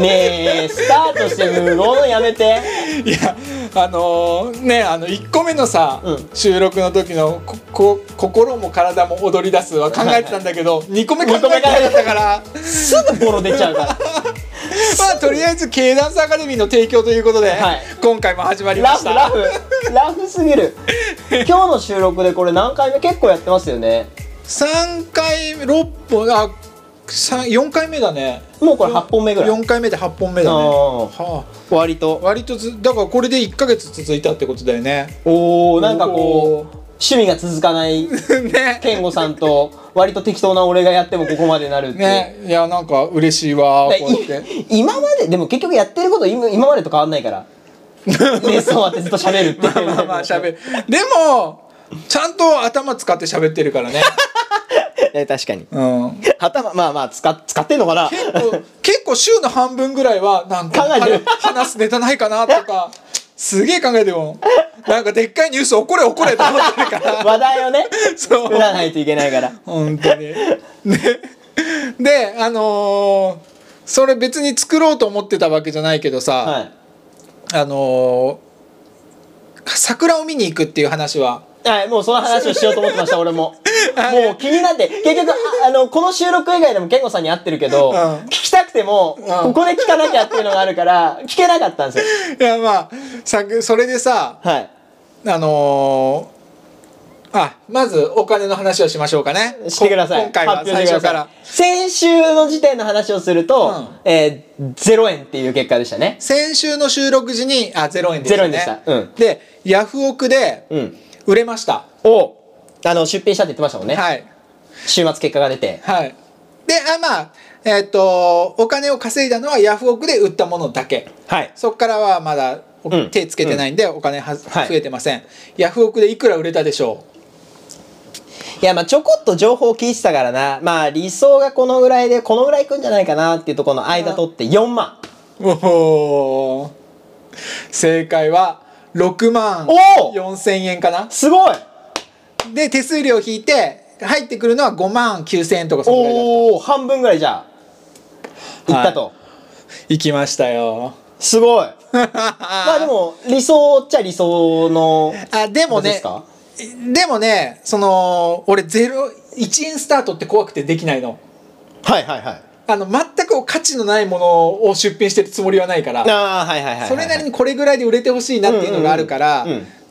ねえ、スタートして無言やめて。 いや1個目のさ、収録の時の心も体も踊り出すは考えてたんだけど、2個目考えてなかったからすぐボロ出ちゃうから。 まあとりあえず K ダンスアカデミーの提供ということで、今回も始まりました。 ラフすぎる。今日の収録でこれ何回目？結構やってますよね。 3回6本4回目だね。 もうこれ8本目ぐらい。 4回目で8本目だね。割とだからこれで1ヶ月続いたってことだよね。 おお、なんかこう趣味が続かない健吾さんと割と適当な俺がやってもここまでなるってね。いやなんか嬉しいわこうやって。 今まででも結局やってること今までと変わんないから。ね、そうやってずっと喋るっていう。 まあ喋る。でもちゃんと頭使って喋ってるからね。 確かに。頭まあ使ってんのかな。 結構週の半分ぐらいはなんか話すネタないかなとかすげえ考えてもなんかでっかいニュース起これと思ってるから話題をね振らないといけないから本当に。でそれ別に作ろうと思ってたわけじゃないけどさ、桜を見に行くっていう話は。 はい、もうその話をしようと思ってました俺も。もう気になって結局この収録以外でも健吾さんに会ってるけど、聞きたくてもここで聞かなきゃっていうのがあるから聞けなかったんですよ。 いやまあそれでさ、まずお金の話をしましょうかね。 してください。 今回は最初から。 先週の時点の話をすると、0円っていう結果でしたね。 先週の収録時に0円でしたね。 0円でした。 でヤフオクで売れました。 出品したって言ってましたもんね。週末結果が出て。 でお金を稼いだのはヤフオクで売ったものだけ。そこからはまだ手つけてないんでお金増えてません。ヤフオクでいくら売れたでしょう？ いやちょこっと情報聞いてたからな。理想がこのぐらいでこのぐらいいくんじゃないかなっていうところの間取って4万。 おお、正解は6万4千円かな。 すごい。 で手数料引いて入ってくるのは5万9千円とかそのぐらいだった。 おお、半分ぐらいじゃあいったと。 いきましたよ。 すごい。でも理想っちゃ理想のでもね俺1円スタートって怖くてできないの。全く価値のないものを出品してるつもりはないから、それなりにこれぐらいで売れてほしいなっていうのがあるから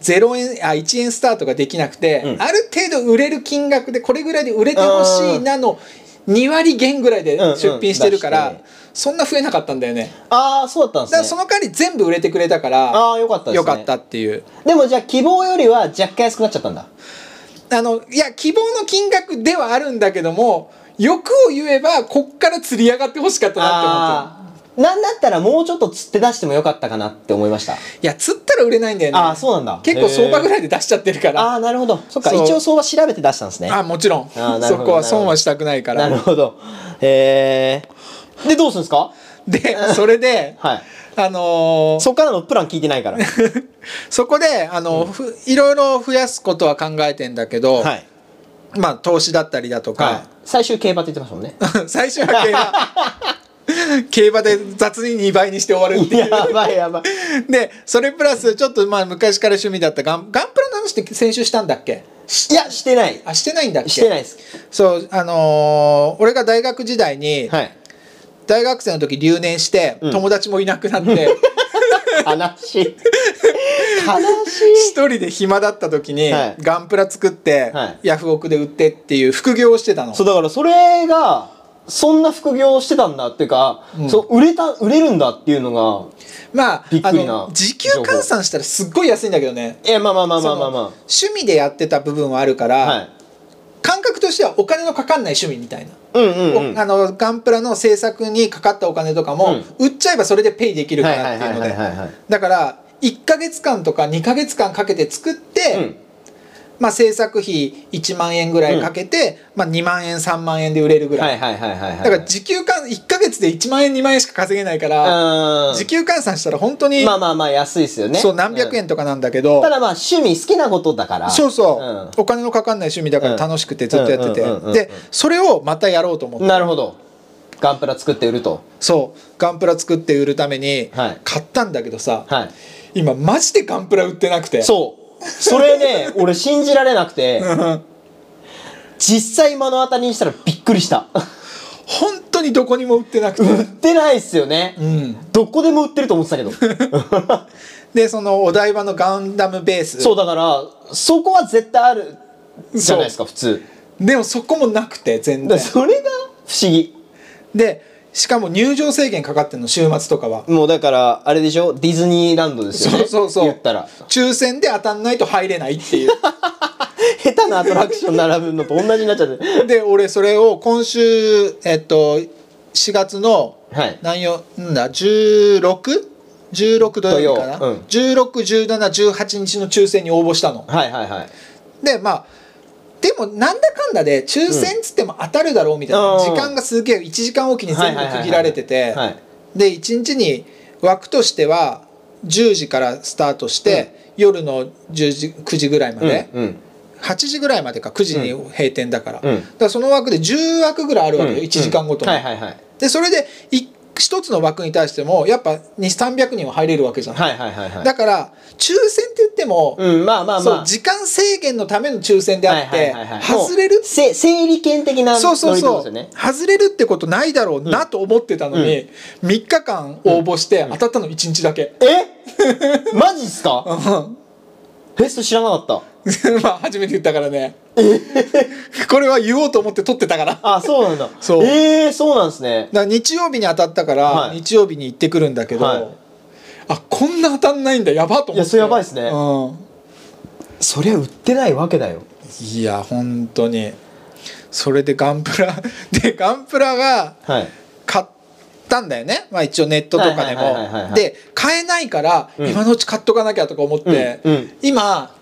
1円スタートができなくて、ある程度売れる金額でこれぐらいで売れてほしいなの2割減ぐらいで出品してるからそんな増えなかったんだよね。 そうだったんですね。 だからその代わり全部売れてくれたからよかったですね。 よかったっていう。 でもじゃあ希望よりは若干安くなっちゃったんだ。 いや希望の金額ではあるんだけども欲を言えばこっから釣り上がってほしかったなって思ってる。 なんだったらもうちょっと釣って出してもよかったかなって思いました。 いや釣ったら売れないんだよね。 そうなんだ。 結構相場ぐらいで出しちゃってるから。 なるほど。そっか、一応相場調べて出したんですね。 もちろんそこは損はしたくないから。 なるほど。でどうするんですか？ でそれでそっからのプラン聞いてないからそこでいろいろ増やすことは考えてんだけど、投資だったりだとか、 最終競馬って言ってましたもんね。 最終は競馬で雑に2倍にして終わるっていう。 やばいやばい。 でそれプラスちょっと昔から趣味だったガンプラの話って先週したんだっけ？ いやしてない。 してないんだっけ？ してないです。そう俺が大学時代に、大学生の時留年して友達もいなくなって悲しい一人で暇だった時にガンプラ作ってヤフオクで売ってっていう副業をしてたの。 そうだからそれがそんな副業をしてたんだっていうか、売れるんだっていうのがびっくりな。 時給換算したらすっごい安いんだけどね。趣味でやってた部分はあるから、感覚としてはお金のかかんない趣味みたいな。ガンプラの制作にかかったお金とかも売っちゃえばそれでペイできるからっていうので、だから1ヶ月間とか2ヶ月間かけて作って、制作費1万円ぐらいかけて、2万円3万円で売れるぐらい。だから時給換1ヶ月で1万円2万円しか稼げないから時給換算したら本当に安いですよね。 そう何百円とかなんだけど、 ただ趣味好きなことだから、 お金のかかんない趣味だから楽しくてずっとやってて、でそれをまたやろうと思って。 なるほど。 ガンプラ作って売ると。 そうガンプラ作って売るために買ったんだけどさ、 はい、 今マジでガンプラ売ってなくて。 そうそれね俺信じられなくて実際目の当たりにしたらびっくりした。 本当にどこにも売ってなくて。 売ってないっすよね、うん、どこでも売ってると思ってたけどでそのお台場のガンダムベース、 そうだからそこは絶対あるじゃないですか普通。 でもそこもなくて全然。 それが不思議で、しかも入場制限かかってんの週末とかは。 もうだからあれでしょ、ディズニーランドですよね。 そう言ったら抽選で当たんないと入れないっていう下手なアトラクション並ぶのと同じになっちゃってで俺それを今週4月の、 はい、 何曜なんだ16土曜日かな、うん、161718日の抽選に応募したの。 はいはいはい。 でまあでもなんだかんだで抽選っつっても当たるだろうみたいな、時間がすげえ1時間おきに全部区切られてて、で1日に枠としては10時からスタートして、夜の9時ぐらいまで、8時ぐらいまでか、9時に閉店だから、だからその枠で10枠ぐらいあるわけよ、1時間ごとに。でそれで一つの枠に対してもやっぱ200-300人は入れるわけじゃん。だから抽選って言っても、時間制限のための抽選であって、外れる整理券的なノリってことですよね。 外れるってことないだろうなと思ってたのに、3日間応募して当たったの1日だけ。 マジっすか？フェス知らなかった。 まあ初めて言ったからね。これは言おうと思って撮ってたから。 あ、そうなんだ。 そう。 そうなんですね。 だから日曜日に当たったから、日曜日に行ってくるんだけど、あ、こんな当たんないんだ、やばと思って。 いや、それやばいですね。そりゃ売ってないわけだよ。 いや本当に。それでガンプラが買ったんだよね。まあ一応ネットとかでも。で買えないから今のうち買っとかなきゃとか思って、今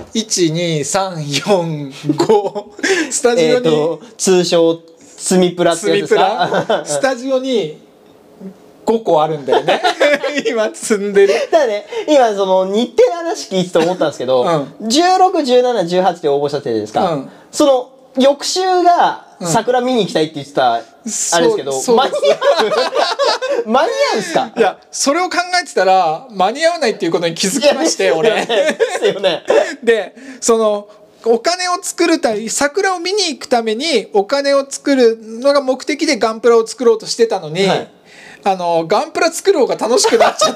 12345スタジオに通称スミプラってやつですか？ スタジオに5個あるんだよね今積んでる。 ただね、今その日程の話聞いてて思ったんですけど、161718って応募したってですか、その翌週が桜見に行きたいって言ってたあれですけど、間に合うんすか？ いやそれを考えてたら間に合わないっていうことに気づきまして俺。 ですよね。でそのお金を作るため、桜を見に行くためにお金を作るのが目的でガンプラを作ろうとしてたのに、ガンプラ作る方が楽しくなっちゃって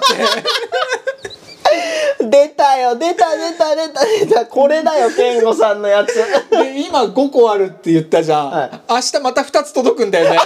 出たこれだよ健吾さんのやつで今5個あるって言ったじゃん、明日また2つ届くんだよね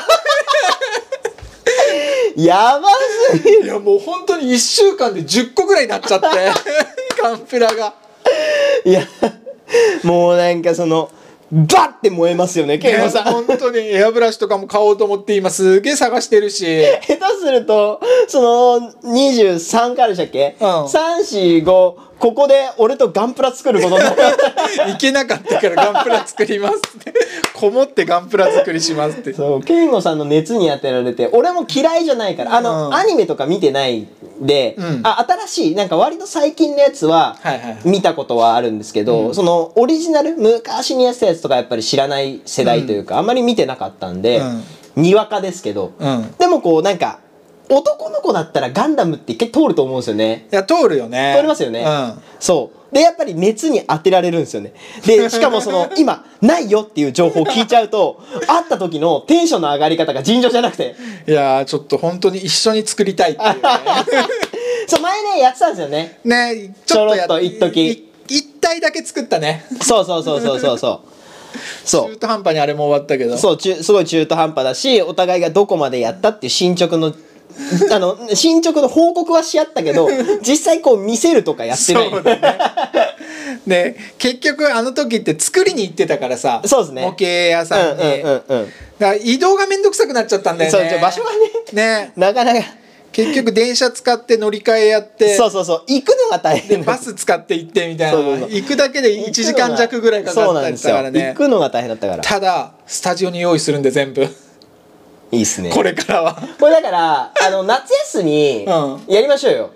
やばすぎる。 いやもう本当に1週間で10個ぐらいになっちゃってガンプラが。 いやもうなんかそのバッて燃えますよね健吾さん。 本当にエアブラシとかも買おうと思って今すげえ探してるし、 下手するとその23からでしたっけ、345ここで俺とガンプラ作ることになるいけなかったからガンプラ作りますってこもってガンプラ作りしますって。 そう健吾さんの熱に当てられて、俺も嫌いじゃないからアニメとか見てないで、新しいなんか割と最近のやつは見たことはあるんですけど、そのオリジナル昔にやってたやつとかやっぱり知らない世代というか、あんまり見てなかったんで、にわかですけど、でもこうなんか男の子だったらガンダムって一回通ると思うんですよね。 いや通るよね。 通りますよね。そうでやっぱり熱に当てられるんですよね。でしかもその今ないよっていう情報を聞いちゃうと会った時のテンションの上がり方が尋常じゃなくて、 いやちょっと本当に一緒に作りたいっていうねそう前ねやってたんですよね。 ねちょろっと一時 1体だけ作ったね。 そう中途半端にあれも終わったけど、 そうすごい中途半端だし、お互いがどこまでやったっていう進捗の報告はし合ったけど実際こう見せるとかやってない。 そうだねで結局あの時って作りに行ってたからさ、 そうですね、 模型屋さんに、だから移動がめんどくさくなっちゃったんだよね。 そう場所がねなかなか結局電車使って乗り換えやって、 そう行くのが大変でバス使って行ってみたいな、行くだけで1時間弱ぐらいかかったりしたからね。 行くのが大変だったから。 ただスタジオに用意するんで全部いいっすねこれからは。 これだから夏休みやりましょうよ。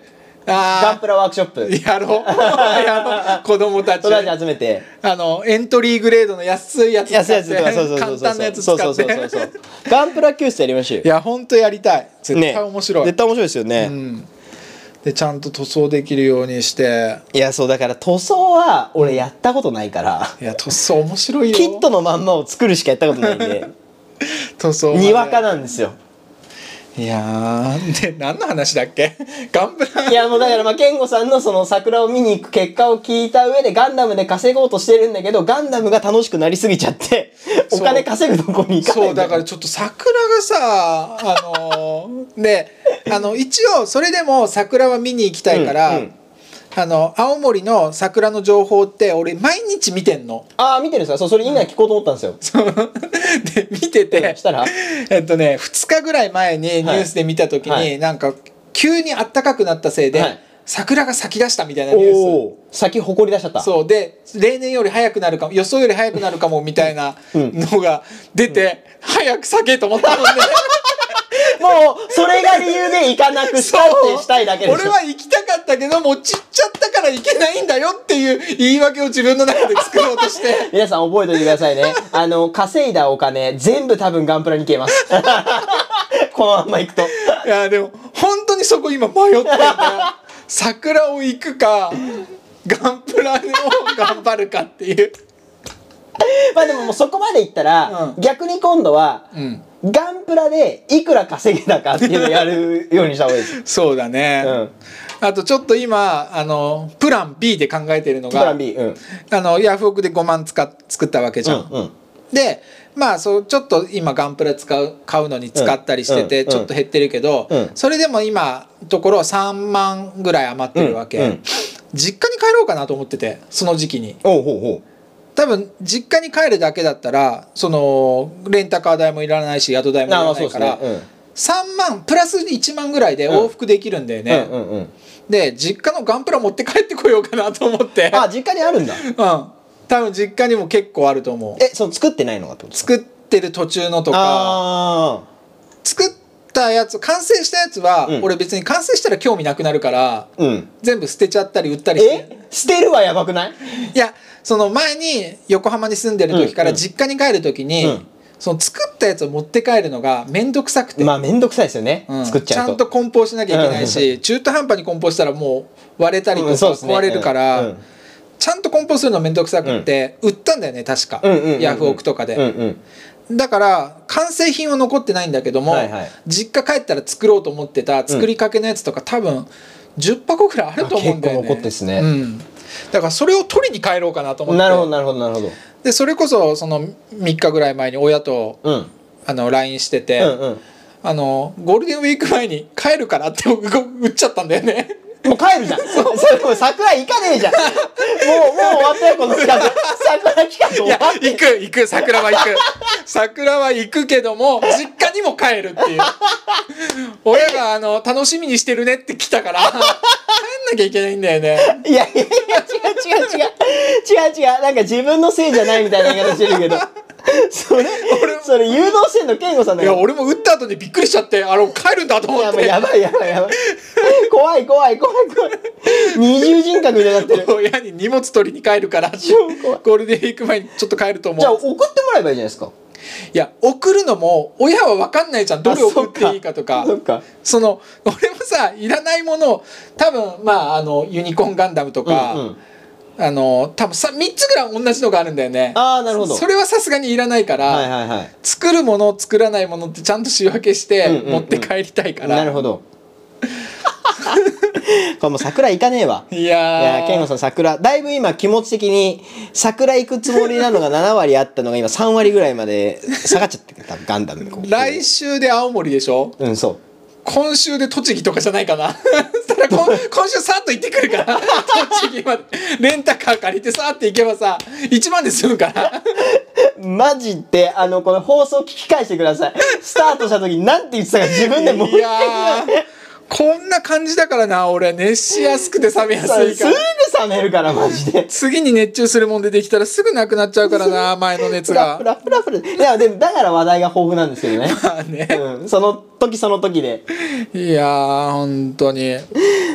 ガンプラワークショップやろう子供たち集めてエントリーグレードの安いやつ使って簡単なやつ使ってガンプラ教室やりましょうよ。 いやほんとやりたい。絶対面白い、 絶対面白いですよね、 でちゃんと塗装できるようにして。 いやそうだから塗装は俺やったことないから、 いや塗装面白いよ。 キットのまんまを作るしかやったことないんで塗装にわかなんですよ。 いやで何の話だっけガンプラ。 いやもうだから健吾さんのその桜を見に行く結果を聞いた上でガンダムで稼ごうとしてるんだけど、ガンダムが楽しくなりすぎちゃってお金稼ぐとこに行かない。 そうだからちょっと桜がさで一応それでも桜は見に行きたいから、青森の桜の情報って俺毎日見てんの。 ああ見てるんですか。それ今聞こうと思ったんですよ。 で見てて、 したら 2日ぐらい前にニュースで見た時に、なんか急に暖かくなったせいで、桜が咲き出したみたいなニュース。 咲き誇り出しちゃった。 そうで例年より早くなるかも、予想より早くなるかもみたいなのが出て、早く咲けと思ったもんね。 もうそれが理由で行かなくしたってしたいだけでしょ。 俺は行きたかったけどもう散っちゃったから行けないんだよっていう言い訳を自分の中で作ろうとして皆さん覚えておいてくださいね。稼いだお金全部多分ガンプラに消えますこのまんま行くと。 いやでも本当にそこ今迷ってんだよ桜を行くかガンプラを頑張るかっていうまあでももうそこまで行ったら、逆に今度は、ガンプラでいくら稼げたかっていうのをやるようにした方がいいです。 そうだね、あとちょっと今プラン B で考えてるのが、 プラン B、 ヤフオクで5万作ったわけじゃん、でまあちょっと今ガンプラ買うのに使ったりしててちょっと減ってるけど、それでも今ところ3万ぐらい余ってるわけ、実家に帰ろうかなと思ってて、その時期に。多分実家に帰るだけだったらそのレンタカー代もいらないし宿代もいらないから、3万プラス1万ぐらいで往復できるんだよね。で実家のガンプラ持って帰ってこようかなと思って。 あ、実家にあるんだ。 多分実家にも結構あると思う。 その作ってないのかってこと？ 作ってる途中のとか、作ったやつ完成したやつは、俺別に完成したら興味なくなるから、全部捨てちゃったり売ったりして。 捨てるはやばくない？ いやその前に横浜に住んでる時から実家に帰る時に、その作ったやつを持って帰るのが面倒くさくて。 まあ面倒くさいですよね、作っちゃうと。 ちゃんと梱包しなきゃいけないし、中途半端に梱包したらもう割れたりとか壊れるから、ちゃんと梱包するの面倒くさくって売ったんだよね確か、ヤフオクとかで。だから完成品は残ってないんだけども、実家帰ったら作ろうと思ってた作りかけのやつとか多分10箱ぐらいあると思うんだよね。 結構残ってですね。 だからそれを取りに帰ろうかなと思って。 なるほどなるほどなるほど。 でそれこそその3日ぐらい前に親と、LINE してて、ゴールデンウィーク前に帰るからって売っちゃったんだよね。 もう帰るじゃん。それもう桜行かねえじゃん。もう終わったよこの企画。桜企画終わって。 いや行く桜は行く。桜は行くけども実家にも帰るっていう。親が楽しみにしてるねって来たから帰んなきゃいけないんだよね。 いや違う。なんか自分のせいじゃないみたいな言い方してるけど。それ誘導してんの健吾さんだよ。 いや俺も打った後にびっくりしちゃって帰るんだと思って。 やばい怖い二重人格みたいになってる。 親に荷物取りに帰るからゴールデンウィーク前にちょっと帰ると思う。 じゃあ送ってもらえばいいじゃないですか。 いや送るのも親は分かんないじゃん、どれ送っていいかとか。その俺もさいらないものを多分まあユニコーンガンダムとか、多分3つぐらい同じのがあるんだよね。 なるほど。 それはさすがにいらないから、作るもの作らないものってちゃんと仕分けして持って帰りたいから。 なるほど。これもう桜行かねえわ。いや健吾さん桜だいぶ今気持ち的に桜行くつもりなのが7割あったのが今3割ぐらいまで下がっちゃってる。多分ガンダムに来週で青森でしょ。そう。今週で栃木とかじゃないかな。今週さっと行ってくるから栃木までレンタカー借りてさって行けばさ1万で済むからマジでこの放送聞き返してください。スタートした時に何て言ってたか自分でもう一回こんな感じだからな俺。熱しやすくて冷めやすいから。 すぐ冷めるからマジで。 次に熱中するもん出てきたらすぐなくなっちゃうからな前の熱が。 フラフラ。いやでもだから話題が豊富なんですけどね。 まあね、 その時その時で。 いやー本当に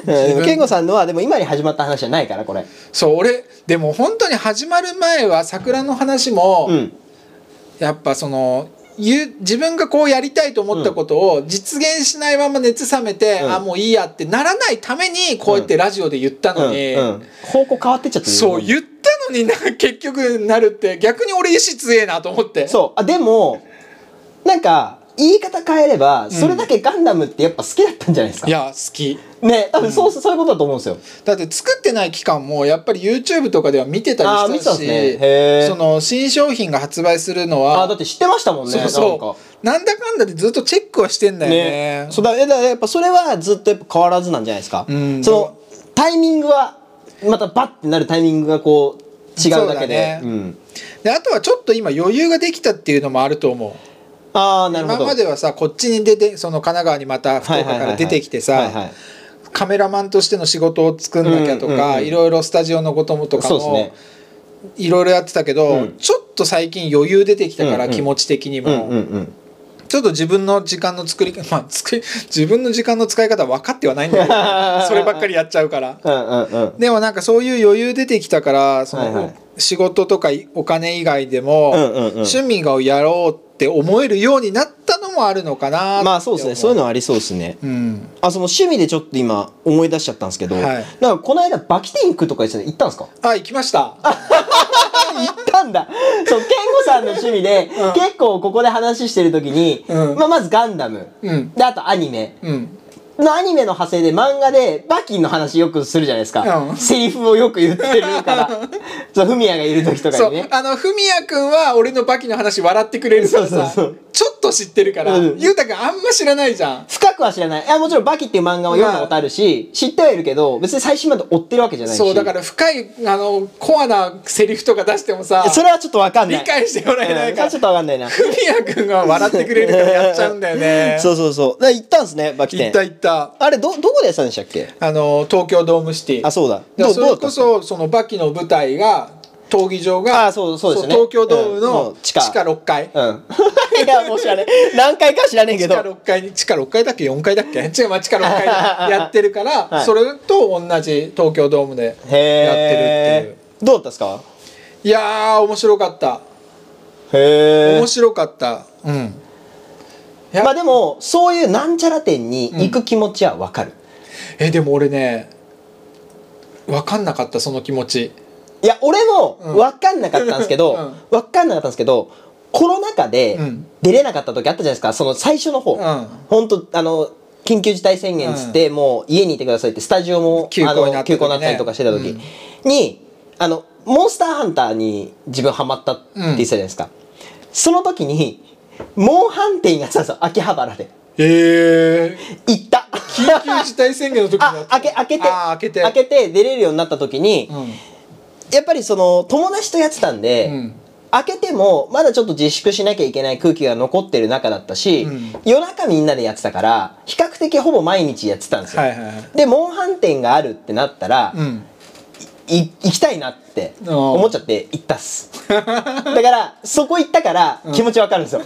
健吾さんのはでも今に始まった話じゃないからこれ。 そう俺でも本当に始まる前は桜の話も、やっぱその自分がこうやりたいと思ったことを実現しないまま熱冷めて、あもういいやってならないためにこうやってラジオで言ったのに、 方向変わってっちゃってる。 そう言ったのに結局なるって逆に俺意志強えなと思って。 そうでもなんか言い方変えればそれだけガンダムってやっぱ好きだったんじゃないですか。 いや好きね、多分そういうことだと思うんですよ。 だって作ってない期間もやっぱり YouTube とかでは見てたりしたし、その新商品が発売するのはだって知ってましたもんね。 そうなんだかんだでずっとチェックはしてんだよね。 そうだやっぱそれはずっとやっぱ変わらずなんじゃないですか。そのタイミングはまたバッてなるタイミングがこう違うだけで、 であとはちょっと今余裕ができたっていうのもあると思う。 なるほど。 今まではさこっちに出てその神奈川にまた福岡から出てきてさカメラマンとしての仕事を作んなきゃとかいろいろスタジオのこととかもいろいろやってたけど、ちょっと最近余裕出てきたから気持ち的にもちょっと自分の時間の作り方自分の時間の使い方分かってはないんだけどそればっかりやっちゃうからでもなんかそういう余裕出てきたからその仕事とかお金以外でも趣味をやろうって思えるようになったのもあるのかなって。 まあそうですね、そういうのはありそうですね。その趣味でちょっと今思い出しちゃったんですけど、なんかこの間バキティンクとか行ったんですか？ 行きました。 行ったんだ。そう、健吾さんの趣味で結構ここで話してる時にまずガンダムであとアニメのアニメの派生で漫画でバキの話よくするじゃないですか。セリフをよく言ってるからそうフミヤがいる時とかにね。 フミヤくんは俺のバキの話笑ってくれるからさちょっと知ってるからゆうたくんあんま知らないじゃん。 深くは知らない。いやもちろんバキっていう漫画を読んだことあるし知ってはいるけど別に最新まで追ってるわけじゃないし。 そうだから深いコアなセリフとか出してもさそれはちょっと分かんない。 理解してもらえないからちょっと分かんないな。 フミヤくんが笑ってくれるからやっちゃうんだよね。 そうだから行ったんですねバキ店。 行ったあれどこでやってたんでしたっけ？ 東京ドームシティ。 そうだ。 それこそそのバキの舞台が闘技場がそうですね。 東京ドームの地下6階。 いやもう知らねえ。何階か知らねえけど。 地下6階だっけ4階だっけ？違う地下6階でやってるからそれと同じ東京ドームでやってるっていう。 どうだったですか？ いや面白かった。面白かった。 まあでもそういうなんちゃら店に行く気持ちは分かる。 でも俺ね分かんなかったその気持ち。 いや俺も分かんなかったんですけどコロナ禍で出れなかった時あったじゃないですか。その最初の方本当緊急事態宣言つってもう家にいてくださいってスタジオも休校になったりとかしてた時にモンスターハンターに自分ハマったって言ってたじゃないですか。その時にモンハン店がさ秋葉原で行った。 緊急事態宣言の時に開けて出れるようになった時にやっぱりその友達とやってたんで開けてもまだちょっと自粛しなきゃいけない空気が残ってる中だったし夜中みんなでやってたから比較的ほぼ毎日やってたんですよ。でモンハン店があるってなったら行きたいなって思っちゃって行ったっす。だからそこ行ったから気持ちわかるんですよ。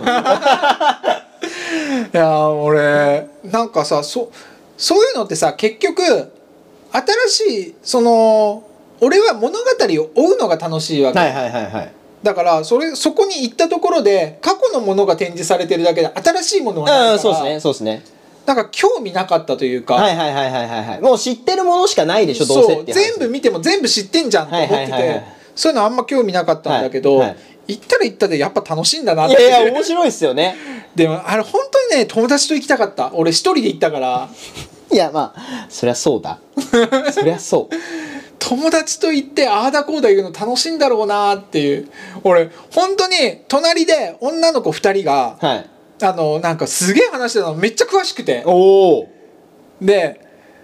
いや俺なんかさそういうのってさ結局新しいその俺は物語を追うのが楽しいわけ。だからそこに行ったところで過去のものが展示されてるだけで新しいものはないから。 そうですね。 なんか興味なかったというかもう知ってるものしかないでしょどうせって。 全部見ても全部知ってんじゃんと思っててそういうのあんま興味なかったんだけど行ったら行ったでやっぱ楽しいんだなって。 いや面白いっすよね。 でもあれ本当にね友達と行きたかった。俺一人で行ったからいやまあそりゃそうだそりゃそう友達と行ってああだこうだ言うの楽しいんだろうなっていう。俺本当に隣で女の子2人がなんかすげえ話してたのめっちゃ詳しくてで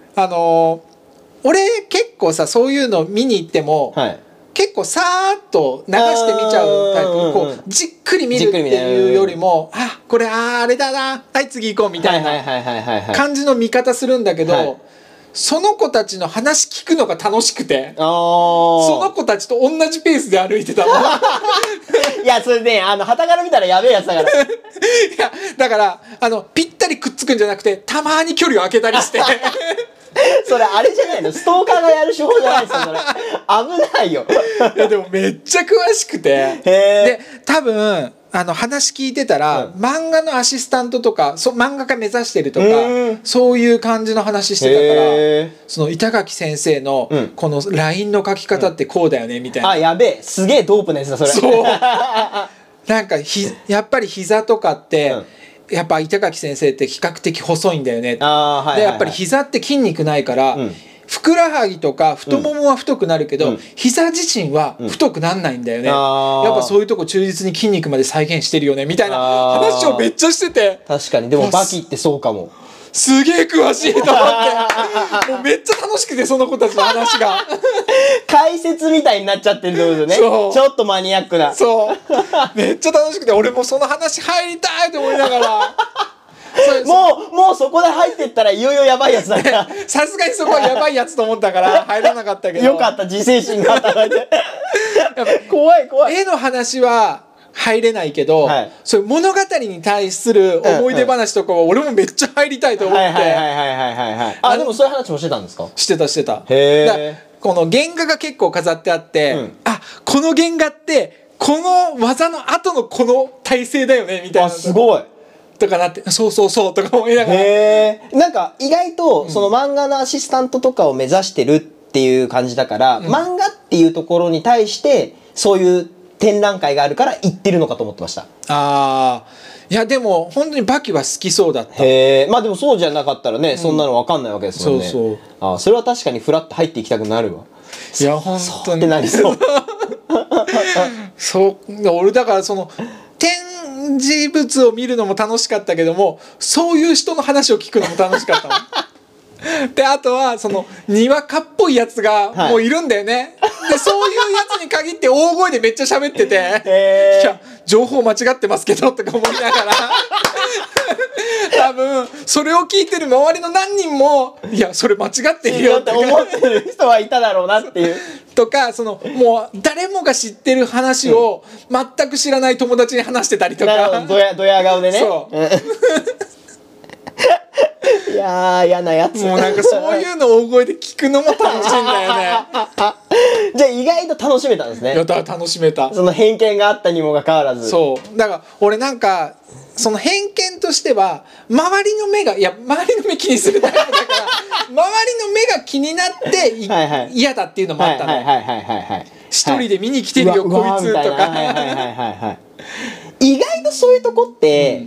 俺結構さそういうの見に行っても結構さーっと流して見ちゃうタイプ。こうじっくり見るっていうよりもこれあれだなはい次行こうみたいな感じの見方するんだけどその子たちの話聞くのが楽しくてその子たちと同じペースで歩いてたの。 いやそれね傍から見たらやべえやつだからいやだからぴったりくっつくんじゃなくてたまに距離を空けたりしてそれあれじゃないの、ストーカーがやる手法じゃないですよそれ。危ないよ。 いやでもめっちゃ詳しくて、で多分話聞いてたら、漫画のアシスタントとか漫画家目指してるとか、そういう感じの話してたから、その板垣先生のこの LINE の書き方ってこうだよねみたいな、 あ、やべえ、すげえドープなやつだそれ。 そうなんかやっぱり膝とかって、やっぱ板垣先生って比較的細いんだよね。でやっぱり膝って筋肉ないから、ふくらはぎとか太ももは太くなるけど、膝自身は太くなんないんだよね。やっぱそういうとこ忠実に筋肉まで再現してるよねみたいな話をめっちゃしてて。 確かに。でもバキってそうかも。 すげえ詳しいと思ってもうめっちゃ楽しくて、その子たちの話が解説みたいになっちゃってるってことね。ちょっとマニアックな。 そうめっちゃ楽しくて、俺もその話入りたいと思いながらもうそこで入ってったらいよいよやばいやつだから。 さすがにそこはやばいやつと思ったから入らなかったけどよかった、自制心が働いて怖い怖い。 絵の話は入れないけど、そういう物語に対する思い出話とかは俺もめっちゃ入りたいと思って。 あ、でもそういう話もしてたんですか？ してたしてた。 へー。 この原画が結構飾ってあって、あ、この原画ってこの技の後のこの体勢だよねみたいな。 あ、すごいとかなって、そうそうそうとか思いながら。 なんか意外とその漫画のアシスタントとかを目指してるっていう感じだから、漫画っていうところに対してそういう展覧会があるから行ってるのかと思ってました。 ああ、いやでも本当にバキは好きそうだった。 まあでもそうじゃなかったらね、そんなの分かんないわけですもんね。そうそう。あ、それは確かにフラッと入っていきたくなるわ。 いや本当にってなりそうそう俺だからその展示物を見るのも楽しかったけども、そういう人の話を聞くのも楽しかったので、あとはそのにわかっぽいやつがもういるんだよね、でそういうやつに限って大声でめっちゃ喋ってて、いや情報間違ってますけどとか思いながら多分それを聞いてる周りの何人もいやそれ間違ってるよって思ってる人はいただろうなっていうとか、そのもう誰もが知ってる話を全く知らない友達に話してたりとか、 ドヤ顔でね。そういやー嫌なやつ。 もうなんかそういうのを大声で聞くのも楽しいんだよねじゃあ意外と楽しめたんですね。 いやだ楽しめた。 その偏見があったにもかかわらず。 そうだから俺なんかその偏見としては周りの目が、いや周りの目気にするタイプだから周りの目が気になって嫌だっていうのもあったの。一人で見に来てるよこいつとか。 意外とそういうとこって、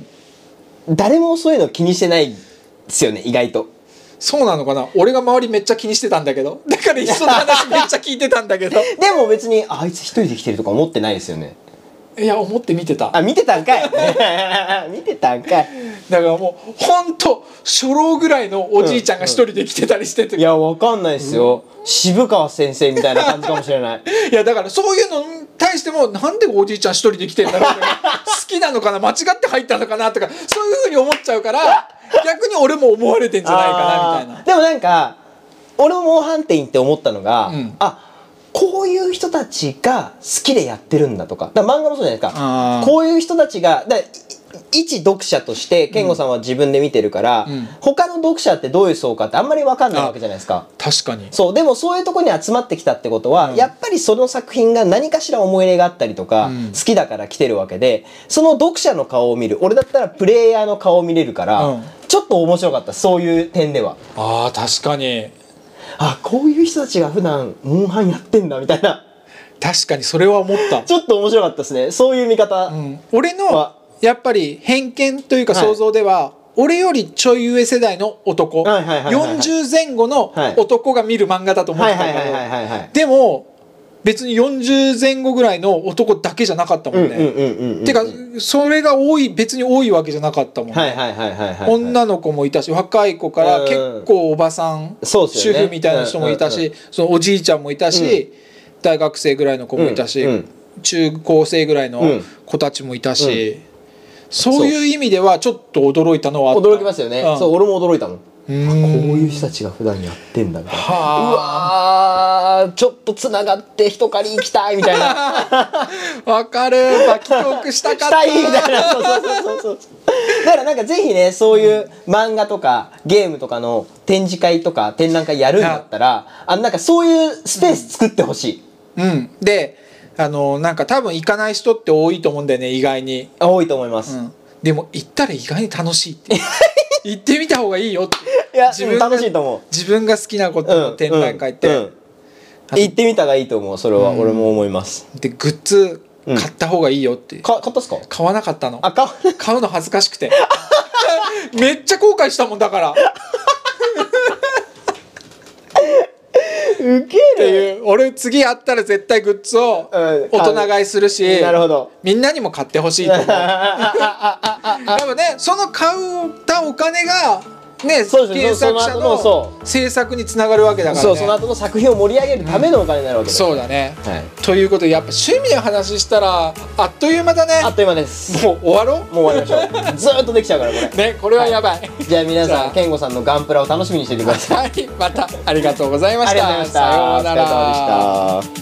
誰もそういうの気にしてないですよね、意外と。 そうなのかな。俺が周りめっちゃ気にしてたんだけど、だから一緒の話めっちゃ聞いてたんだけどでも別にあいつ一人で来てるとか思ってないですよね。 いや思って見てた。 あ、見てたんかい見てたんかい。 だからもうほんと初老ぐらいのおじいちゃんが一人で来てたりしてて、 いやわかんないですよ、渋川先生みたいな感じかもしれないいやだからそういうのに対してもなんでおじいちゃん一人で来てんだろうとか好きなのかな、間違って入ったのかなとかそういうふうに思っちゃうから逆に俺も思われてんじゃないかなみたいな。 でもなんか俺もモンハン店行って思ったのが、こういう人たちが好きでやってるんだとか、だから漫画もそうじゃないですか。こういう人たちが一読者として健吾さんは自分で見てるから、他の読者ってどういう層かってあんまり分かんないわけじゃないですか。 確かに。 そう、でもそういうところに集まってきたってことは、やっぱりその作品が何かしら思い入れがあったりとか、好きだから来てるわけで、その読者の顔を見る、俺だったらプレイヤーの顔を見れるから、ちょっと面白かった、そういう点では。 ああ確かに。 あ、こういう人たちが普段モンハンやってんだみたいな。 確かにそれは思った。 ちょっと面白かったですね、そういう見方。 俺のやっぱり偏見というか想像では、俺よりちょい上世代の男、40前後の男が見る漫画だと思ってたんだけど、でも別に40前後ぐらいの男だけじゃなかったもんね。てかそれが別に多いわけじゃなかったもんね。女の子もいたし、若い子から結構おばさん、主婦みたいな人もいたし、そのおじいちゃんもいたし、大学生ぐらいの子もいたし、中高生ぐらいの子たちもいたし、そういう意味ではちょっと驚いたのはあった。 驚きますよね。そう、俺も驚いたもん。 こういう人たちが普段やってんだみたいな、うわーちょっとつながって一狩り行きたいみたいなわかる、バキトークしたかったみたいな、そうだからなんかぜひね、そういう漫画とかゲームとかの展示会とか展覧会やるんだったら、なんかそういうスペース作ってほしい。 でなんか多分行かない人って多いと思うんだよね、意外に。 多いと思います、 でも行ったら意外に楽しいって行ってみた方がいいよって。 いや楽しいと思う。 自分が好きなことの展覧会って、 行ってみた方がいいと思う。それは俺も思います。 でグッズ買った方がいいよって。 買ったっすか？ 買わなかったの。買うの恥ずかしくてめっちゃ後悔したもんだからウケるっていう。俺次会ったら絶対グッズを大人買いするし、 なるほど、 みんなにも買ってほしいと思う多分ね、その買ったお金がね、原作者の制作につながるわけだからね。 その後の作品を盛り上げるためのお金になるわけです、 そうだね、ということでやっぱ趣味の話したらあっという間だね。 あっという間です。 もう終わろう。 もう終わりましょうずーっとできちゃうからこれね、これはやばい。 じゃあ皆さん、健吾さんのガンプラを楽しみにしていてください。 またありがとうございました。 ありがとうございました。 さようなら。 お疲れ様でした。